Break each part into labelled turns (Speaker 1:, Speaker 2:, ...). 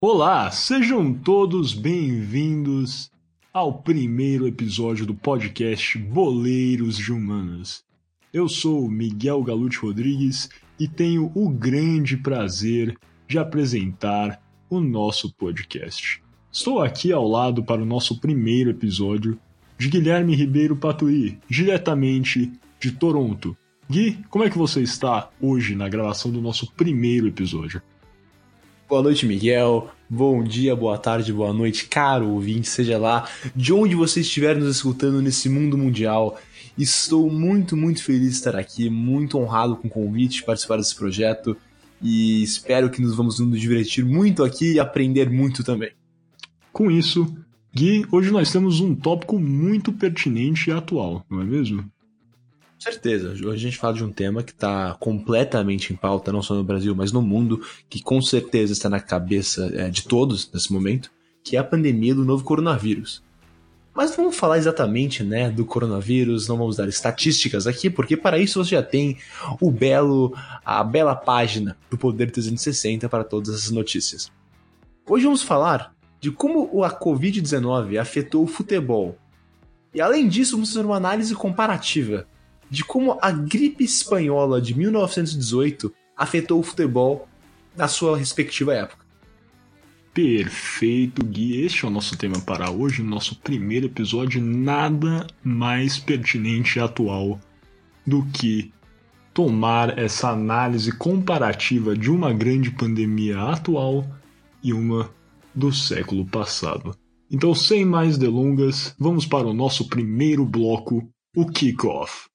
Speaker 1: Olá, sejam todos bem-vindos ao primeiro episódio do podcast Boleiros de Humanas. Eu sou Miguel Galute Rodrigues e tenho o grande prazer de apresentar o nosso podcast. Estou aqui ao lado para o nosso primeiro episódio de Guilherme Ribeiro Patuí, diretamente de Toronto. Gui, como é que você está hoje na gravação do nosso primeiro episódio?
Speaker 2: Boa noite, Miguel. Bom dia, boa tarde, boa noite, caro ouvinte, seja lá de onde você estiver nos escutando nesse mundo mundial. Estou muito feliz de estar aqui, muito honrado com o convite de participar desse projeto e espero que nos vamos nos divertir muito aqui e aprender muito também.
Speaker 1: Com isso, Gui, hoje nós temos um tópico muito pertinente e atual, não é mesmo?
Speaker 2: Com certeza, hoje a gente fala de um tema que está completamente em pauta, não só no Brasil, mas no mundo, que com certeza está na cabeça de todos nesse momento, que é a pandemia do novo coronavírus. Mas vamos falar exatamente, do coronavírus, não vamos dar estatísticas aqui, porque para isso você já tem a bela página do Poder 360 para todas essas notícias. Hoje vamos falar de como a Covid-19 afetou o futebol. E além disso, vamos fazer uma análise comparativa de como a gripe espanhola de 1918 afetou o futebol na sua respectiva época.
Speaker 1: Perfeito, Gui. Este é o nosso tema para hoje, nosso primeiro episódio, nada mais pertinente e atual do que tomar essa análise comparativa de uma grande pandemia atual e uma do século passado. Então, sem mais delongas, vamos para o nosso primeiro bloco, o Kickoff.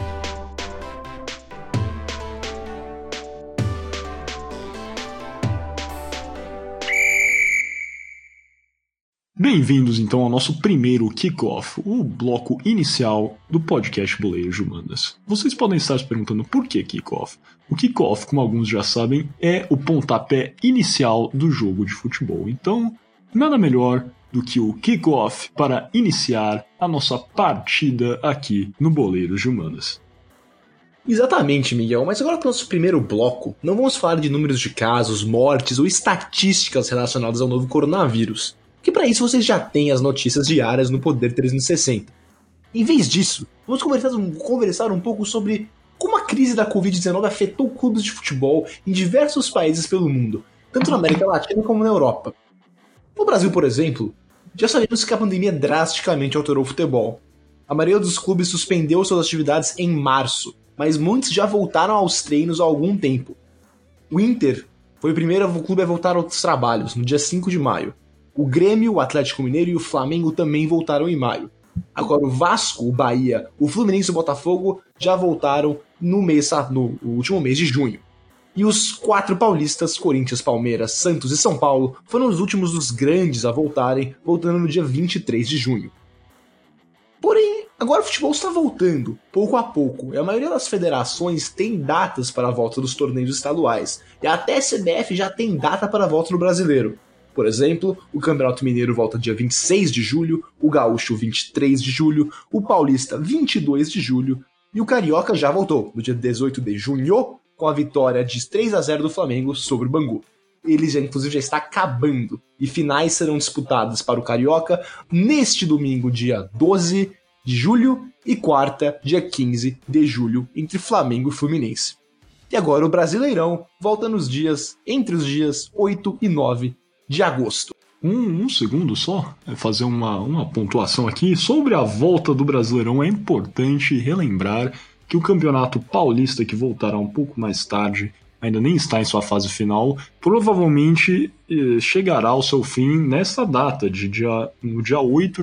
Speaker 1: Bem-vindos então ao nosso primeiro Kickoff, o bloco inicial do podcast Boleiros de Humanas. Vocês podem estar se perguntando por que Kickoff? O Kickoff, como alguns já sabem, é o pontapé inicial do jogo de futebol. Então, nada melhor do que o Kickoff para iniciar a nossa partida aqui no Boleiros de Humanas.
Speaker 2: Exatamente, Miguel, mas agora para o nosso primeiro bloco, não vamos falar de números de casos, mortes ou estatísticas relacionadas ao novo coronavírus. Que para isso vocês já têm as notícias diárias no Poder 360. Em vez disso, vamos conversar um pouco sobre como a crise da Covid-19 afetou clubes de futebol em diversos países pelo mundo, tanto na América Latina como na Europa. No Brasil, por exemplo, já sabemos que a pandemia drasticamente alterou o futebol. A maioria dos clubes suspendeu suas atividades em março, mas muitos já voltaram aos treinos há algum tempo. O Inter foi o primeiro clube a voltar aos trabalhos, no dia 5 de maio. O Grêmio, o Atlético Mineiro e o Flamengo também voltaram em maio. Agora o Vasco, o Bahia, o Fluminense e o Botafogo já voltaram no último mês de junho. E os 4 paulistas, Corinthians, Palmeiras, Santos e São Paulo, foram os últimos dos grandes a voltarem, voltando no dia 23 de junho. Porém, agora o futebol está voltando, pouco a pouco, e a maioria das federações tem datas para a volta dos torneios estaduais, e até a CBF já tem data para a volta do brasileiro. Por exemplo, o Campeonato Mineiro volta dia 26 de julho, o Gaúcho 23 de julho, o Paulista 22 de julho e o Carioca já voltou, no dia 18 de junho, com a vitória de 3-0 do Flamengo sobre o Bangu. Ele inclusive já está acabando e finais serão disputadas para o Carioca neste domingo, dia 12 de julho e quarta, dia 15 de julho, entre Flamengo e Fluminense. E agora o Brasileirão volta entre os dias 8 e 9 de agosto.
Speaker 1: Um segundo só, fazer uma pontuação aqui. Sobre a volta do Brasileirão, é importante relembrar que o Campeonato Paulista, que voltará um pouco mais tarde, ainda nem está em sua fase final, provavelmente chegará ao seu fim nessa data, no dia 8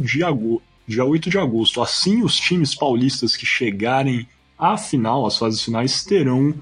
Speaker 1: de agosto. Assim, os times paulistas que chegarem à final, às fases finais, terão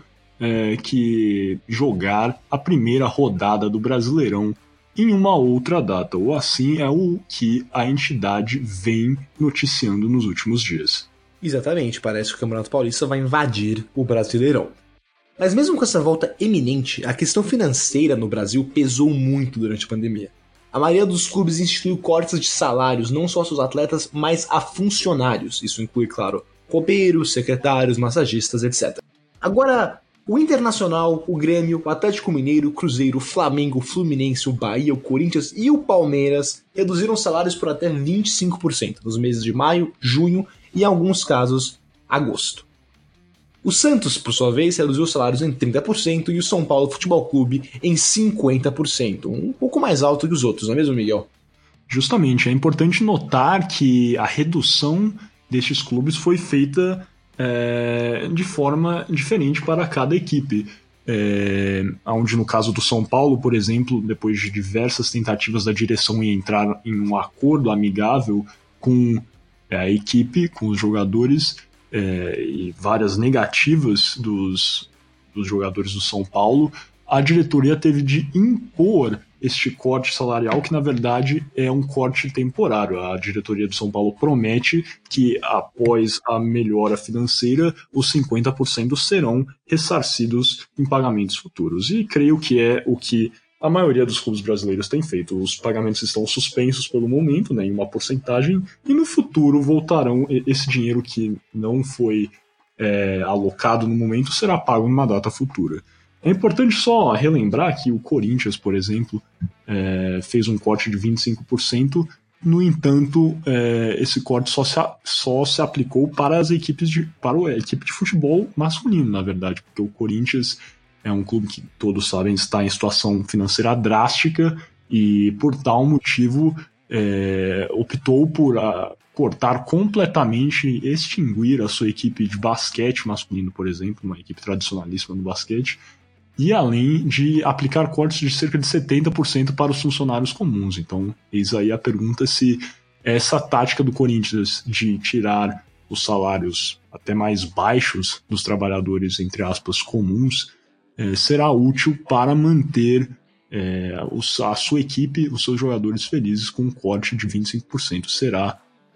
Speaker 1: que jogar a primeira rodada do Brasileirão em uma outra data, ou assim é o que a entidade vem noticiando nos últimos dias.
Speaker 2: Exatamente, parece que o Campeonato Paulista vai invadir o Brasileirão. Mas mesmo com essa volta eminente, a questão financeira no Brasil pesou muito durante a pandemia. A maioria dos clubes instituiu cortes de salários não só aos seus atletas, mas a funcionários. Isso inclui, claro, copeiros, secretários, massagistas, etc. Agora, O Internacional, o Grêmio, o Atlético Mineiro, o Cruzeiro, o Flamengo, o Fluminense, o Bahia, o Corinthians e o Palmeiras reduziram salários por até 25% nos meses de maio, junho e, em alguns casos, agosto. O Santos, por sua vez, reduziu os salários em 30% e o São Paulo Futebol Clube em 50%, um pouco mais alto que os outros, não é mesmo, Miguel?
Speaker 1: Justamente, é importante notar que a redução destes clubes foi feita de forma diferente para cada equipe. Onde no caso do São Paulo, por exemplo, depois de diversas tentativas da direção em entrar em um acordo amigável com a equipe, com os jogadores, e várias negativas dos jogadores do São Paulo, a diretoria teve de impor este corte salarial, que na verdade é um corte temporário. A diretoria do São Paulo promete que após a melhora financeira, os 50% serão ressarcidos em pagamentos futuros. E creio que é o que a maioria dos clubes brasileiros tem feito. Os pagamentos estão suspensos pelo momento, né, em uma porcentagem, e no futuro voltarão. Esse dinheiro que não foi alocado no momento será pago numa data futura. É importante só relembrar que o Corinthians, por exemplo, fez um corte de 25%. No entanto, esse corte só se aplicou para a equipe de futebol masculino, na verdade, porque o Corinthians é um clube que todos sabem está em situação financeira drástica e, por tal motivo, optou por cortar completamente, extinguir a sua equipe de basquete masculino, por exemplo, uma equipe tradicionalíssima no basquete, e além de aplicar cortes de cerca de 70% para os funcionários comuns. Então, eis aí a pergunta se essa tática do Corinthians de tirar os salários até mais baixos dos trabalhadores, entre aspas, comuns, será útil para manter a sua equipe, os seus jogadores felizes com um corte de 25%. Será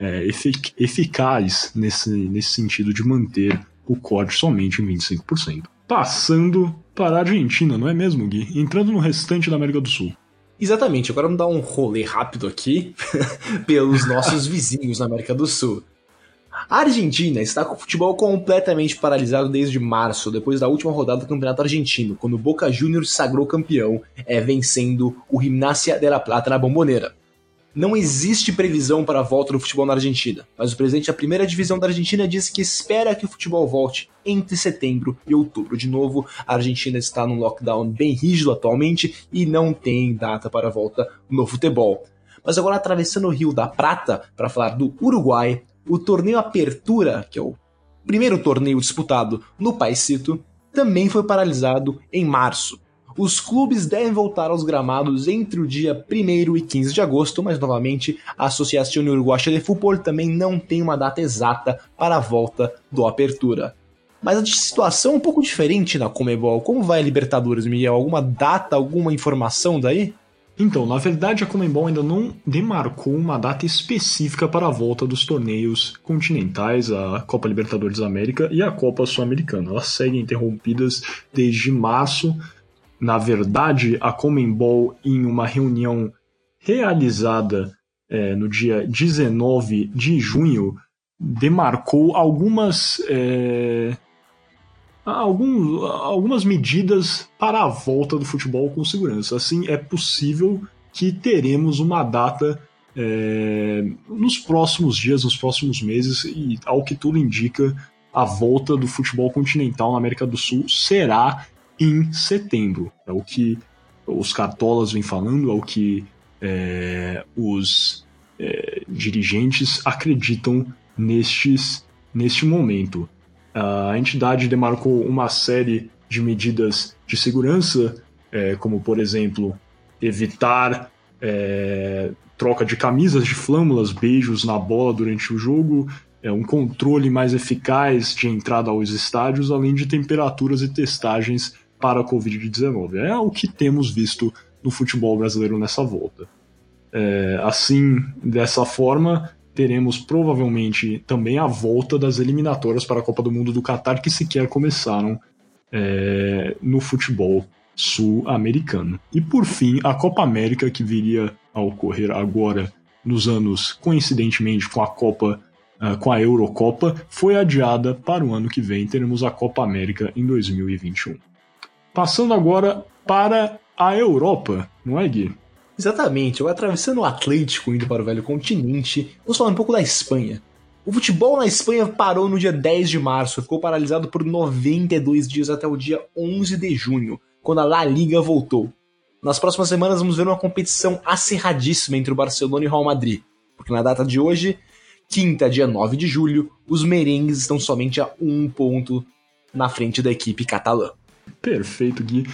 Speaker 1: eficaz nesse sentido de manter o corte somente em 25%. Passando para a Argentina, não é mesmo, Gui? Entrando no restante da América do Sul.
Speaker 2: Exatamente, agora vamos dar um rolê rápido aqui pelos nossos vizinhos na América do Sul. A Argentina está com o futebol completamente paralisado desde março, depois da última rodada do Campeonato Argentino, quando o Boca Juniors se sagrou campeão, vencendo o Gimnasia de La Plata na Bombonera. Não existe previsão para a volta do futebol na Argentina, mas o presidente da primeira divisão da Argentina disse que espera que o futebol volte entre setembro e outubro. De novo, a Argentina está num lockdown bem rígido atualmente e não tem data para a volta no futebol. Mas agora, atravessando o Rio da Prata para falar do Uruguai, o torneio Apertura, que é o primeiro torneio disputado no Paisito, também foi paralisado em março. Os clubes devem voltar aos gramados entre o dia 1º e 15 de agosto, mas novamente a Associação Uruguaia de Futebol também não tem uma data exata para a volta do Apertura. Mas a situação é um pouco diferente na Conmebol. Como vai a Libertadores, Miguel? Alguma data, alguma informação daí?
Speaker 1: Então, na verdade, a Conmebol ainda não demarcou uma data específica para a volta dos torneios continentais, a Copa Libertadores da América e a Copa Sul-Americana. Elas seguem interrompidas desde março. Na verdade, a Conmebol, em uma reunião realizada no dia 19 de junho, demarcou algumas medidas para a volta do futebol com segurança. Assim, é possível que teremos uma data nos próximos dias, nos próximos meses, e ao que tudo indica, a volta do futebol continental na América do Sul será em setembro. É o que os cartolas vêm falando, é o que os dirigentes acreditam neste momento. A entidade demarcou uma série de medidas de segurança, como, por exemplo, evitar troca de camisas de flâmulas, beijos na bola durante o jogo, um controle mais eficaz de entrada aos estádios, além de temperaturas e testagens para a Covid-19. É o que temos visto no futebol brasileiro nessa volta. Assim, dessa forma, teremos provavelmente também a volta das eliminatórias para a Copa do Mundo do Catar, que sequer começaram no futebol sul-americano. E por fim, a Copa América, que viria a ocorrer agora nos anos, coincidentemente, com a Copa com a Eurocopa, foi adiada para o ano que vem. Teremos a Copa América em 2021. Passando agora para a Europa, não é, Gui?
Speaker 2: Exatamente, eu atravessando o Atlântico, indo para o velho continente, vamos falar um pouco da Espanha. O futebol na Espanha parou no dia 10 de março, ficou paralisado por 92 dias até o dia 11 de junho, quando a La Liga voltou. Nas próximas semanas vamos ver uma competição acirradíssima entre o Barcelona e o Real Madrid, porque na data de hoje, quinta, dia 9 de julho, os merengues estão somente a 1 ponto na frente da equipe catalã.
Speaker 1: Perfeito, Gui.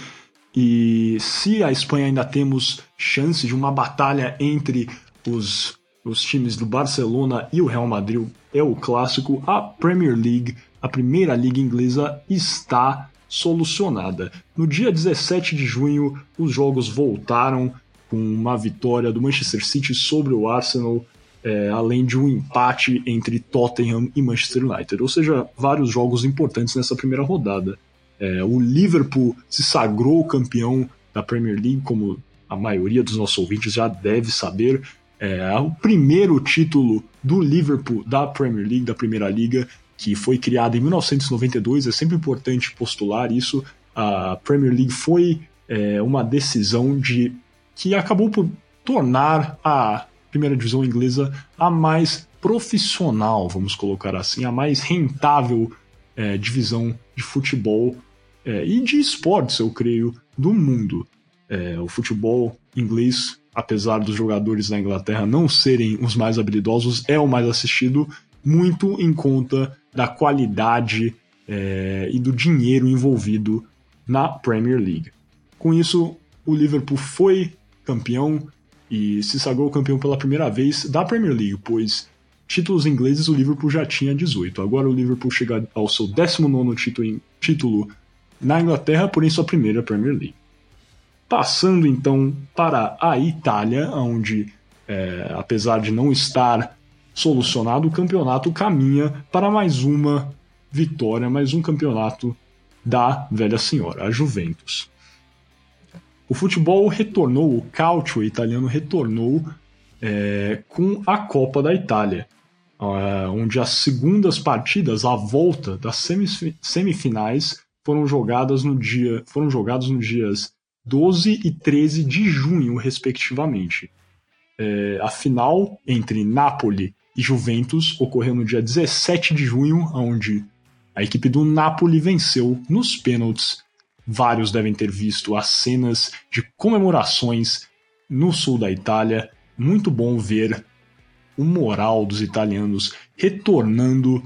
Speaker 1: E se a Espanha ainda temos chance de uma batalha entre os times do Barcelona e o Real Madrid, é o clássico, a Premier League, a primeira liga inglesa, está solucionada. No dia 17 de junho, os jogos voltaram com uma vitória do Manchester City sobre o Arsenal, além de um empate entre Tottenham e Manchester United. Ou seja, vários jogos importantes nessa primeira rodada. O Liverpool se sagrou campeão da Premier League, como a maioria dos nossos ouvintes já deve saber. É o primeiro título do Liverpool da Premier League, da Primeira Liga, que foi criada em 1992. É sempre importante postular isso. A Premier League foi uma decisão que acabou por tornar a primeira divisão inglesa a mais profissional, vamos colocar assim, a mais rentável divisão de futebol e de esportes, eu creio, do mundo. O futebol inglês, apesar dos jogadores da Inglaterra não serem os mais habilidosos, é o mais assistido, muito em conta da qualidade e do dinheiro envolvido na Premier League. Com isso, o Liverpool foi campeão e se sagrou campeão pela primeira vez da Premier League, pois títulos ingleses o Liverpool já tinha 18. Agora o Liverpool chega ao seu 19º título na Inglaterra, porém sua primeira Premier League. Passando então para a Itália, onde, apesar de não estar solucionado, o campeonato caminha para mais uma vitória, mais um campeonato da velha senhora, a Juventus. O futebol retornou, o calcio italiano retornou com a Copa da Itália, onde as segundas partidas, a volta das semifinais, foram jogados nos dias 12 e 13 de junho, respectivamente. A final entre Napoli e Juventus ocorreu no dia 17 de junho, onde a equipe do Napoli venceu nos pênaltis. Vários devem ter visto as cenas de comemorações no sul da Itália. Muito bom ver o moral dos italianos retornando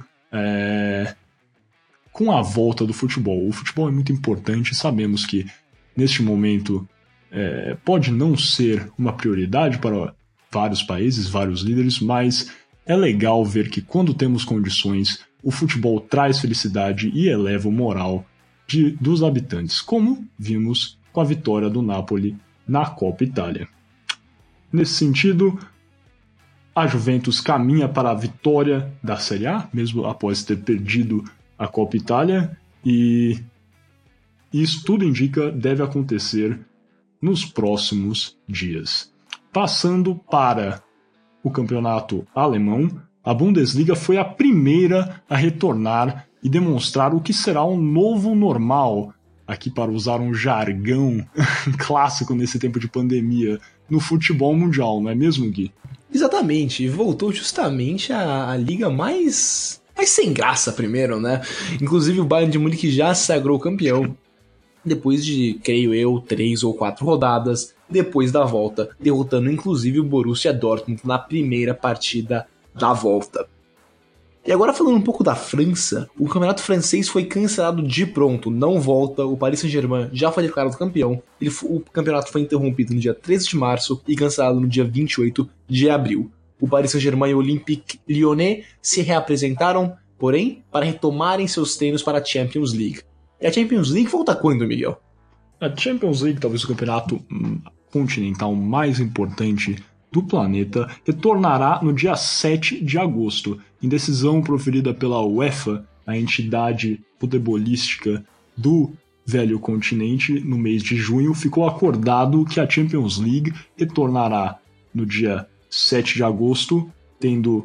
Speaker 1: com a volta do futebol. O futebol é muito importante, sabemos que neste momento pode não ser uma prioridade para vários países, vários líderes, mas é legal ver que quando temos condições, o futebol traz felicidade e eleva o moral dos habitantes, como vimos com a vitória do Napoli na Copa Itália. Nesse sentido, a Juventus caminha para a vitória da Série A, mesmo após ter perdido a Copa Itália, e isso tudo indica deve acontecer nos próximos dias. Passando para o campeonato alemão, a Bundesliga foi a primeira a retornar e demonstrar o que será um novo normal, aqui para usar um jargão clássico nesse tempo de pandemia, no futebol mundial, não é mesmo, Gui?
Speaker 2: Exatamente, e voltou justamente a liga mais sem graça primeiro, né? Inclusive o Bayern de Munique já se sagrou campeão, depois de, creio eu, 3 ou 4 rodadas, depois da volta, derrotando inclusive o Borussia Dortmund na primeira partida da volta. E agora falando um pouco da França, o campeonato francês foi cancelado de pronto, não volta, o Paris Saint-Germain já foi declarado campeão, o campeonato foi interrompido no dia 13 de março e cancelado no dia 28 de abril. O Paris Saint-Germain e o Olympique Lyonnais se reapresentaram, porém, para retomarem seus treinos para a Champions League. E a Champions League volta quando, Miguel?
Speaker 1: A Champions League, talvez o campeonato continental mais importante do planeta, retornará no dia 7 de agosto, em decisão proferida pela UEFA, a entidade futebolística do velho continente. No mês de junho ficou acordado que a Champions League retornará no dia 7 de agosto, tendo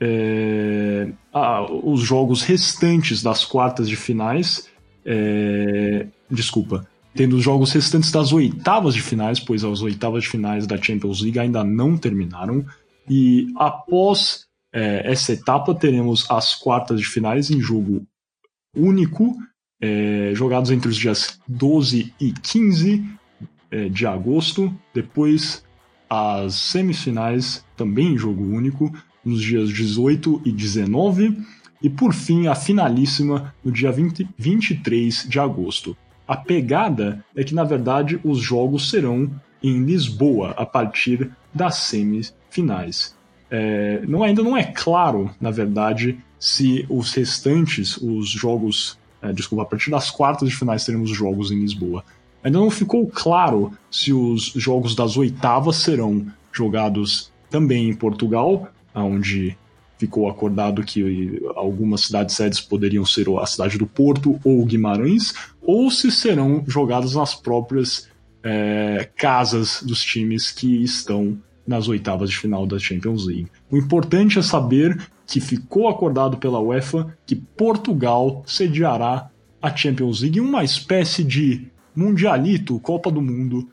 Speaker 1: os jogos restantes das quartas de finais. Tendo os jogos restantes das oitavas de finais, pois as oitavas de finais da Champions League ainda não terminaram. E após essa etapa, teremos as quartas de finais em jogo único, jogados entre os dias 12 e 15 de agosto. Depois, as semifinais, também em jogo único, nos dias 18 e 19. E, por fim, a finalíssima no dia 23 de agosto. A pegada é que, na verdade, os jogos serão em Lisboa, a partir das semifinais. Ainda não é claro, na verdade, se os restantes, os jogos... a partir das quartas de finais teremos jogos em Lisboa. Ainda não ficou claro se os jogos das oitavas serão jogados também em Portugal, onde ficou acordado que algumas cidades-sedes poderiam ser a cidade do Porto ou Guimarães, ou se serão jogados nas próprias casas dos times que estão nas oitavas de final da Champions League. O importante é saber que ficou acordado pela UEFA que Portugal sediará a Champions League em uma espécie de mundialito, Copa do Mundo,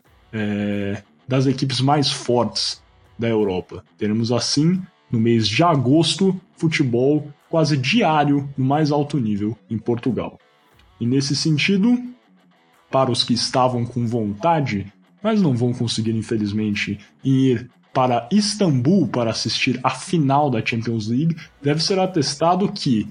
Speaker 1: das equipes mais fortes da Europa. Teremos assim, no mês de agosto, futebol quase diário no mais alto nível em Portugal. E nesse sentido, para os que estavam com vontade, mas não vão conseguir, infelizmente, ir para Istambul para assistir a final da Champions League, deve ser atestado que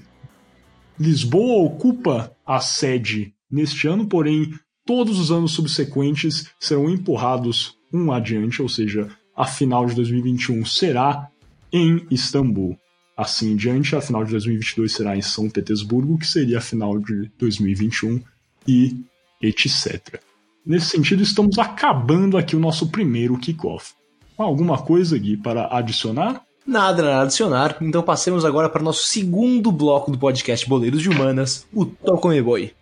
Speaker 1: Lisboa ocupa a sede neste ano, porém todos os anos subsequentes serão empurrados um adiante, ou seja, a final de 2021 será em Istambul. Assim em diante, a final de 2022 será em São Petersburgo, que seria a final de 2021 e etc. Nesse sentido, estamos acabando aqui o nosso primeiro kickoff. Alguma coisa, Gui, para adicionar?
Speaker 2: Nada a adicionar, então passemos agora para o nosso segundo bloco do podcast Boleiros de Humanas, o Toco Me Voy.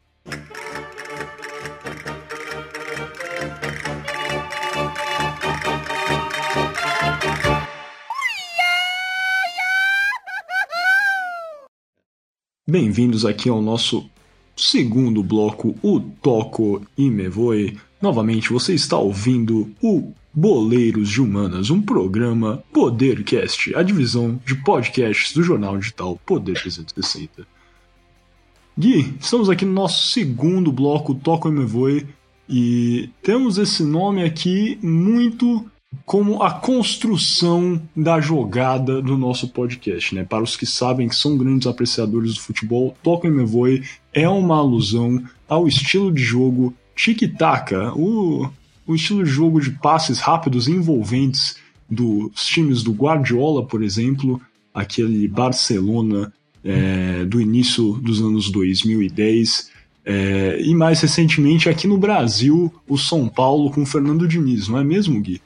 Speaker 1: Bem-vindos aqui ao nosso segundo bloco, o Toco e Me Voy. Novamente, você está ouvindo o Boleiros de Humanas, um programa Podercast, a divisão de podcasts do jornal digital Poder 360. Gui, estamos aqui no nosso segundo bloco, Toco e Me Voy, e temos esse nome aqui muito como a construção da jogada do nosso podcast, né? Para os que sabem que são grandes apreciadores do futebol, Toco e Me Voy é uma alusão ao estilo de jogo tiki-taka, o estilo de jogo de passes rápidos e envolventes dos times do Guardiola, por exemplo, aquele Barcelona do início dos anos 2010, e mais recentemente aqui no Brasil, o São Paulo com o Fernando Diniz, não é mesmo, Gui?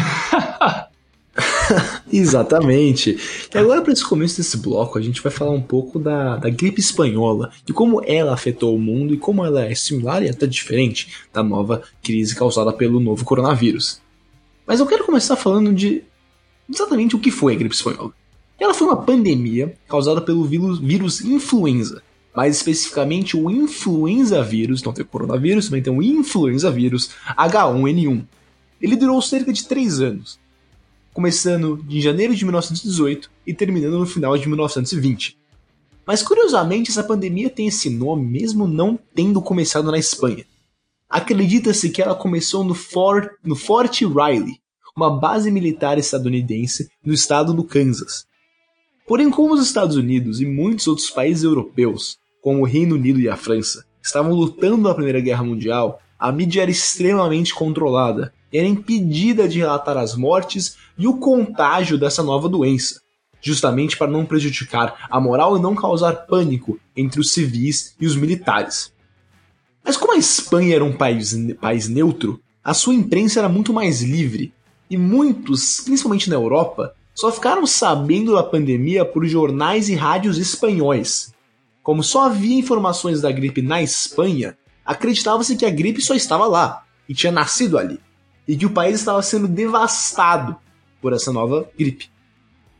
Speaker 2: Exatamente. E agora, para esse começo desse bloco, a gente vai falar um pouco da gripe espanhola, de como ela afetou o mundo e como ela é similar e até diferente da nova crise causada pelo novo coronavírus. Mas eu quero começar falando de exatamente o que foi a gripe espanhola. Ela foi uma pandemia causada pelo vírus influenza, mais especificamente o influenza vírus, não tem o coronavírus, também tem o influenza vírus H1N1. Ele durou cerca de 3 anos, começando em janeiro de 1918 e terminando no final de 1920. Mas curiosamente essa pandemia tem esse nome mesmo não tendo começado na Espanha. Acredita-se que ela começou no Fort Riley, uma base militar estadunidense no estado do Kansas. Porém, como os Estados Unidos e muitos outros países europeus, como o Reino Unido e a França, estavam lutando na Primeira Guerra Mundial, a mídia era extremamente controlada e era impedida de relatar as mortes e o contágio dessa nova doença, justamente para não prejudicar a moral e não causar pânico entre os civis e os militares. Mas como a Espanha era um país neutro, a sua imprensa era muito mais livre, e muitos, principalmente na Europa, só ficaram sabendo da pandemia por jornais e rádios espanhóis. Como só havia informações da gripe na Espanha, acreditava-se que a gripe só estava lá, e tinha nascido ali, e que o país estava sendo devastado por essa nova gripe.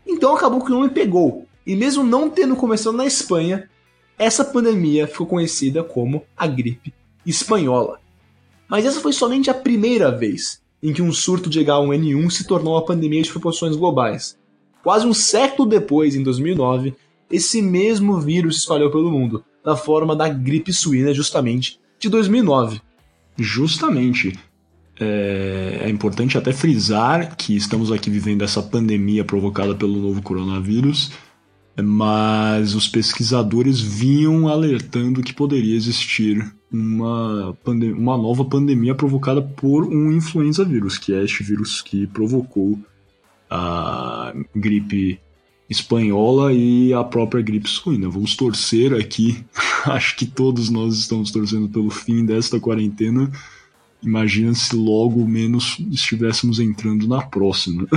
Speaker 2: Então acabou que o nome pegou. E mesmo não tendo começado na Espanha, essa pandemia ficou conhecida como a gripe espanhola. Mas essa foi somente a primeira vez em que um surto de H1N1 se tornou uma pandemia de proporções globais. Quase um século depois, em 2009, esse mesmo vírus se espalhou pelo mundo, na forma da gripe suína justamente de 2009.
Speaker 1: Justamente. É importante até frisar que estamos aqui vivendo essa pandemia provocada pelo novo coronavírus, mas os pesquisadores vinham alertando que poderia existir uma nova pandemia provocada por um influenza vírus, que é este vírus que provocou a gripe espanhola e a própria gripe suína. Vamos torcer aqui, acho que todos nós estamos torcendo pelo fim desta quarentena. Imagina se logo menos estivéssemos entrando na próxima.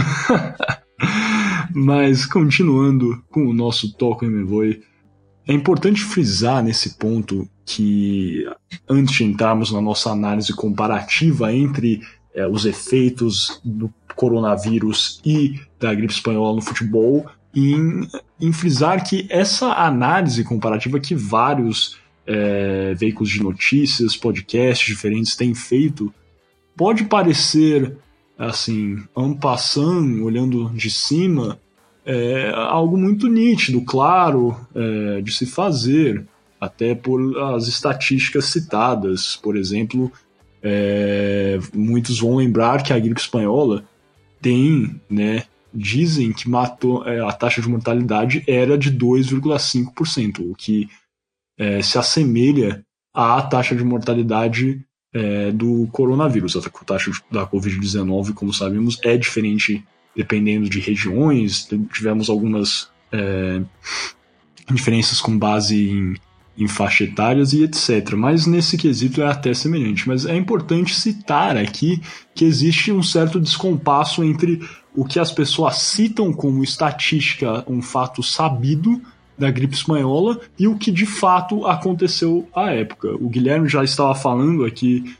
Speaker 1: Mas, continuando com o nosso Toco e Me Voe, é importante frisar nesse ponto que, antes de entrarmos na nossa análise comparativa entre os efeitos do coronavírus e da gripe espanhola no futebol, em frisar que essa análise comparativa que vários veículos de notícias, podcasts diferentes têm feito, pode parecer, assim, en passant, olhando de cima, algo muito nítido, claro, de se fazer, até por as estatísticas citadas. Por exemplo, muitos vão lembrar que a gripe espanhola tem, né, dizem que a taxa de mortalidade era de 2,5%, o que se assemelha à taxa de mortalidade do coronavírus. A taxa da Covid-19, como sabemos, é diferente dependendo de regiões. Tivemos algumas diferenças com base em faixa etárias e etc. Mas nesse quesito é até semelhante. Mas é importante citar aqui que existe um certo descompasso entre o que as pessoas citam como estatística, um fato sabido da gripe espanhola, e o que de fato aconteceu à época. O Guilherme já estava falando aqui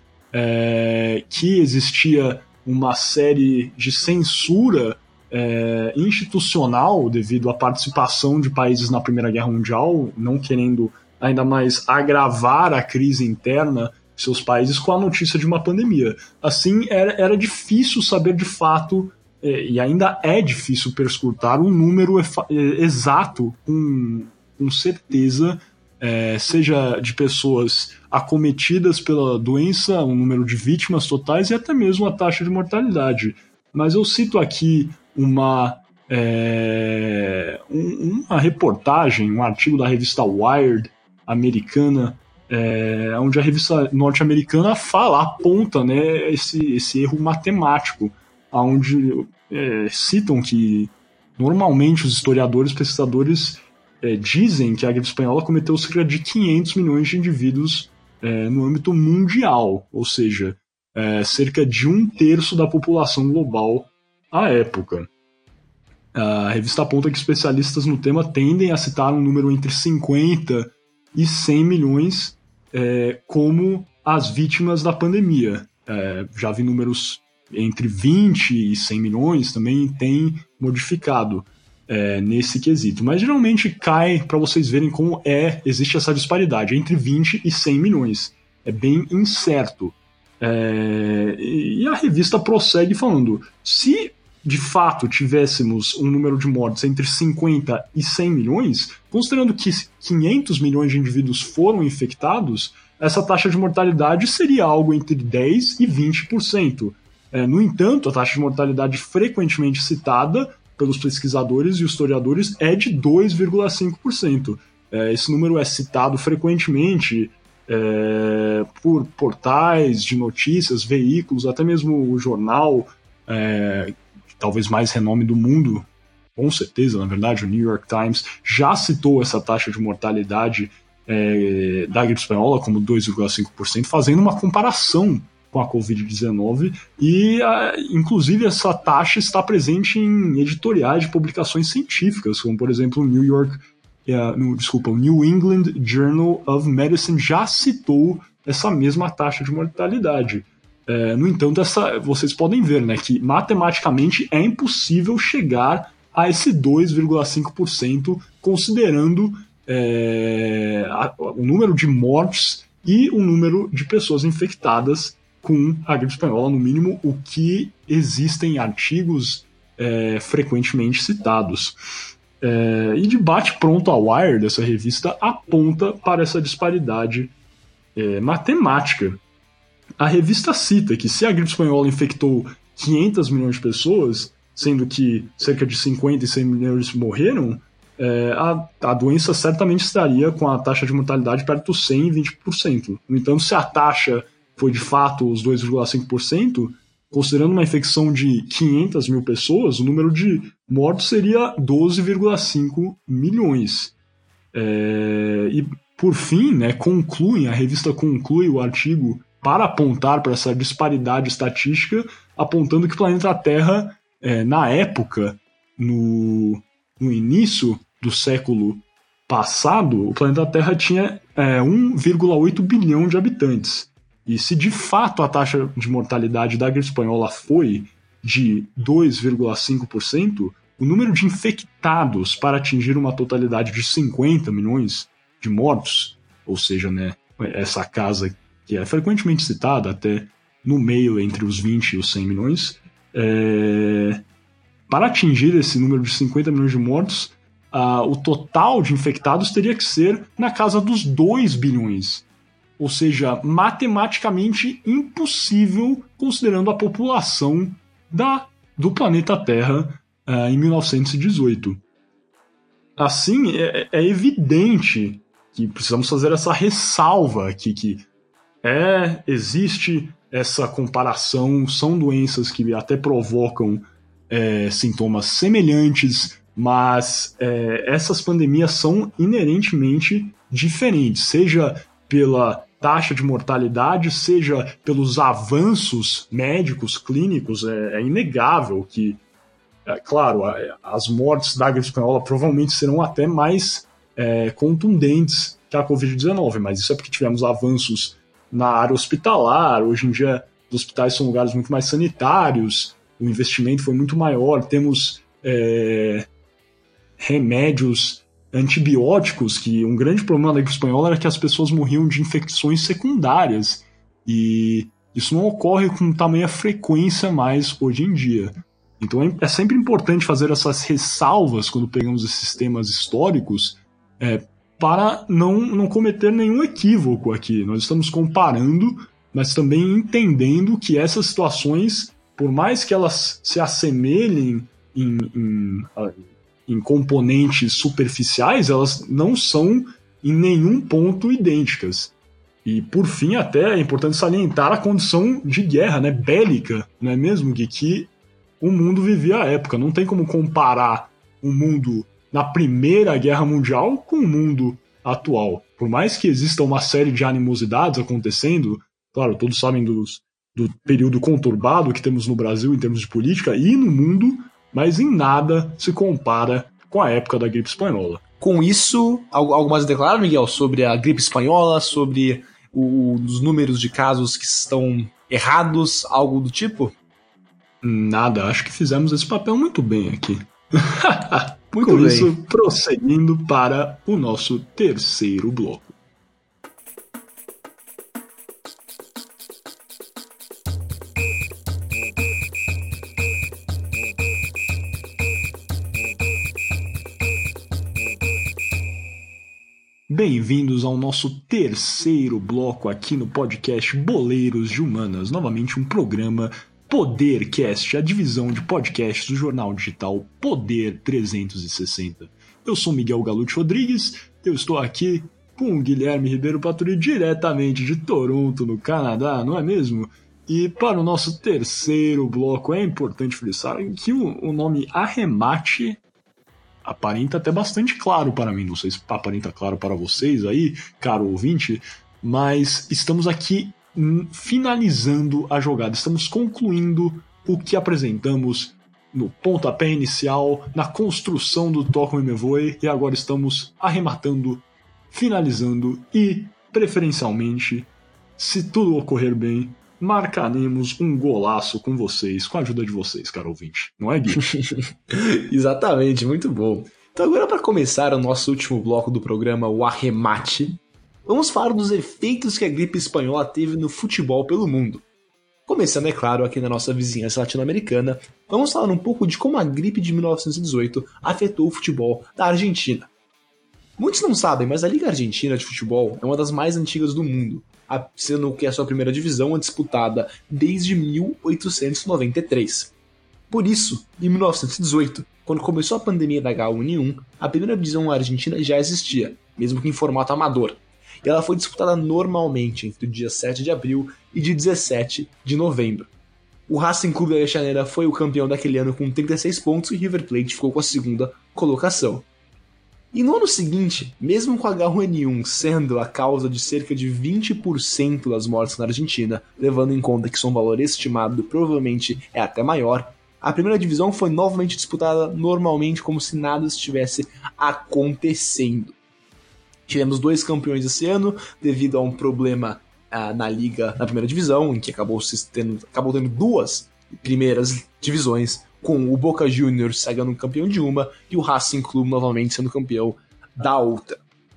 Speaker 1: que existia uma série de censura institucional devido à participação de países na Primeira Guerra Mundial, não querendo ainda mais agravar a crise interna de seus países com a notícia de uma pandemia. Assim, era difícil saber de fato, e ainda é difícil perscrutar um número exato com certeza, seja de pessoas acometidas pela doença, um número de vítimas totais e até mesmo a taxa de mortalidade. Mas eu cito aqui uma reportagem, um artigo da revista Wired americana, onde a revista norte-americana aponta, né, esse erro matemático, onde citam que normalmente os historiadores, pesquisadores dizem que a gripe espanhola cometeu cerca de 500 milhões de indivíduos no âmbito mundial, ou seja, cerca de 1/3 da população global à época. A revista aponta que especialistas no tema tendem a citar um número entre 50 e 100 milhões como as vítimas da pandemia. Já vi números entre 20 e 100 milhões, também tem modificado nesse quesito. Mas geralmente cai, para vocês verem como existe essa disparidade, entre 20 e 100 milhões. É bem incerto. E a revista prossegue falando, se de fato tivéssemos um número de mortes entre 50 e 100 milhões, considerando que 500 milhões de indivíduos foram infectados, essa taxa de mortalidade seria algo entre 10% e 20%. No entanto, a taxa de mortalidade frequentemente citada pelos pesquisadores e historiadores é de 2,5%. Esse número é citado frequentemente por portais de notícias, veículos, até mesmo o jornal talvez mais renome do mundo, com certeza, na verdade, o New York Times já citou essa taxa de mortalidade da gripe espanhola como 2,5%, fazendo uma comparação com a Covid-19 e, inclusive, essa taxa está presente em editoriais de publicações científicas, como, por exemplo, o New England Journal of Medicine já citou essa mesma taxa de mortalidade. No entanto, vocês podem ver, né, que matematicamente é impossível chegar a esse 2,5%, considerando o número de mortes e o número de pessoas infectadas com a gripe espanhola, no mínimo o que existem artigos frequentemente citados. E de bate-pronto a Wired, essa revista aponta para essa disparidade matemática. A revista cita que se a gripe espanhola infectou 500 milhões de pessoas, sendo que cerca de 50 e 100 milhões morreram, a doença certamente estaria com a taxa de mortalidade perto dos 100 e 20%. No entanto, se a taxa foi de fato os 2,5%, considerando uma infecção de 500 mil pessoas, o número de mortos seria 12,5 milhões. E, por fim, a revista conclui o artigo para apontar para essa disparidade estatística, apontando que o planeta Terra, na época, no início do século passado, o planeta Terra tinha 1,8 bilhão de habitantes. E se de fato a taxa de mortalidade da gripe espanhola foi de 2,5%, o número de infectados para atingir uma totalidade de 50 milhões de mortos, ou seja, essa casa que é frequentemente citada, até no meio entre os 20 e os 100 milhões, para atingir esse número de 50 milhões de mortos, o total de infectados teria que ser na casa dos 2 bilhões. Ou seja, matematicamente impossível, considerando a população do planeta Terra em 1918. Assim, é evidente que precisamos fazer essa ressalva aqui, que existe essa comparação, são doenças que até provocam sintomas semelhantes, mas essas pandemias são inerentemente diferentes, seja pela taxa de mortalidade, seja pelos avanços médicos, clínicos. É inegável que, claro, as mortes da gripe espanhola provavelmente serão até mais contundentes que a Covid-19, mas isso é porque tivemos avanços na área hospitalar. Hoje em dia, os hospitais são lugares muito mais sanitários, o investimento foi muito maior, temos remédios antibióticos, que um grande problema da gripe espanhola era que as pessoas morriam de infecções secundárias, e isso não ocorre com tamanha frequência mais hoje em dia. Então é sempre importante fazer essas ressalvas quando pegamos esses temas históricos, para não cometer nenhum equívoco aqui. Nós estamos comparando, mas também entendendo que essas situações, por mais que elas se assemelhem em componentes superficiais, elas não são em nenhum ponto idênticas. E, por fim, até é importante salientar a condição de guerra, bélica, não é mesmo, que o mundo vivia à época. Não tem como comparar o mundo na Primeira Guerra Mundial com o mundo atual. Por mais que exista uma série de animosidades acontecendo, claro, todos sabem do período conturbado que temos no Brasil em termos de política e no mundo, mas em nada se compara com a época da gripe espanhola.
Speaker 2: Com isso, algo mais a declarar, Miguel, sobre a gripe espanhola, sobre os números de casos que estão errados, algo do tipo?
Speaker 1: Nada, acho que fizemos esse papel muito bem aqui.
Speaker 2: Muito
Speaker 1: Com
Speaker 2: bem.
Speaker 1: isso, prosseguindo para o nosso terceiro bloco. Bem-vindos ao nosso terceiro bloco aqui no podcast Boleiros de Humanas, novamente um programa Podercast, a divisão de podcasts do jornal digital Poder 360. Eu sou Miguel Galute Rodrigues, eu estou aqui com o Guilherme Ribeiro Paturi, diretamente de Toronto, no Canadá, não é mesmo? E para o nosso terceiro bloco é importante frisar que o nome Arremate aparenta até bastante claro para mim, não sei se aparenta claro para vocês aí, caro ouvinte, mas estamos aqui finalizando a jogada, estamos concluindo o que apresentamos no pontapé inicial, na construção do Toca-me Me Voe, e agora estamos arrematando, finalizando e, preferencialmente, se tudo ocorrer bem, marcaremos um golaço com vocês, com a ajuda de vocês, caro ouvinte. Não é, Gui?
Speaker 2: Exatamente, muito bom. Então agora, para começar o nosso último bloco do programa, o Arremate, vamos falar dos efeitos que a gripe espanhola teve no futebol pelo mundo. Começando, é claro, aqui na nossa vizinhança latino-americana, vamos falar um pouco de como a gripe de 1918 afetou o futebol da Argentina. Muitos não sabem, mas a Liga Argentina de Futebol é uma das mais antigas do mundo, sendo que a sua primeira divisão é disputada desde 1893. Por isso, em 1918, quando começou a pandemia da H1N1, a primeira divisão argentina já existia, mesmo que em formato amador, e ela foi disputada normalmente entre o dia 7 de abril e dia 17 de novembro. O Racing Clube da Avejaneda foi o campeão daquele ano com 36 pontos e River Plate ficou com a segunda colocação. E no ano seguinte, mesmo com a H1N1 sendo a causa de cerca de 20% das mortes na Argentina, levando em conta que isso é um valor estimado, provavelmente é até maior, a primeira divisão foi novamente disputada normalmente como se nada estivesse acontecendo. Tivemos 2 campeões esse ano, devido a um problema na liga, na primeira divisão, em que acabou tendo 2 primeiras divisões, com o Boca Juniors sendo campeão de uma e o Racing Clube novamente sendo campeão da outra.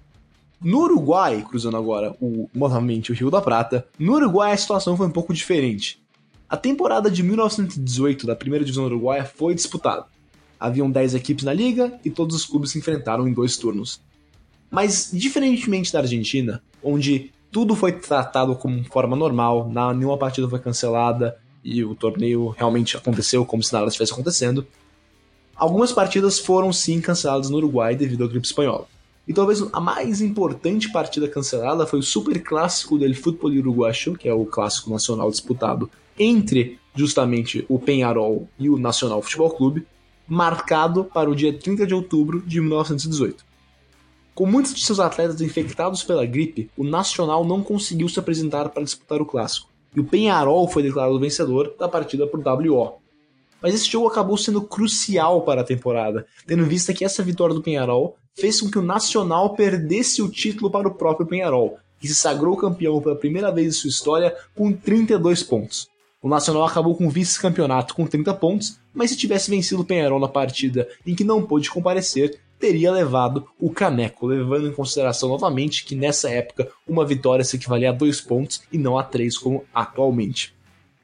Speaker 2: No Uruguai, cruzando agora novamente o Rio da Prata, no Uruguai a situação foi um pouco diferente. A temporada de 1918 da primeira divisão uruguaia foi disputada. Haviam 10 equipes na liga e todos os clubes se enfrentaram em 2 turnos. Mas, diferentemente da Argentina, onde tudo foi tratado como forma normal, nenhuma partida foi cancelada e o torneio realmente aconteceu como se nada estivesse acontecendo, algumas partidas foram sim canceladas no Uruguai devido à gripe espanhola. E talvez a mais importante partida cancelada foi o Superclássico del Fútbol Uruguayo, que é o clássico nacional disputado entre justamente o Peñarol e o Nacional Futebol Clube, marcado para o dia 30 de outubro de 1918. Com muitos de seus atletas infectados pela gripe, o Nacional não conseguiu se apresentar para disputar o clássico, e o Peñarol foi declarado vencedor da partida por WO. Mas esse jogo acabou sendo crucial para a temporada, tendo em vista que essa vitória do Peñarol fez com que o Nacional perdesse o título para o próprio Peñarol, que se sagrou campeão pela primeira vez em sua história com 32 pontos. O Nacional acabou com o vice-campeonato com 30 pontos, mas se tivesse vencido o Peñarol na partida em que não pôde comparecer, teria levado o caneco, levando em consideração novamente que nessa época uma vitória se equivalia a 2 pontos e não a 3 como atualmente.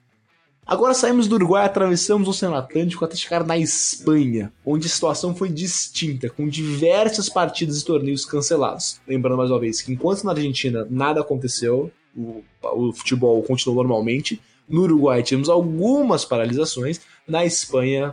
Speaker 2: Agora saímos do Uruguai e atravessamos o Oceano Atlântico até chegar na Espanha, onde a situação foi distinta, com diversas partidas e torneios cancelados. Lembrando mais uma vez que enquanto na Argentina nada aconteceu, o futebol continuou normalmente, no Uruguai tivemos algumas paralisações, na Espanha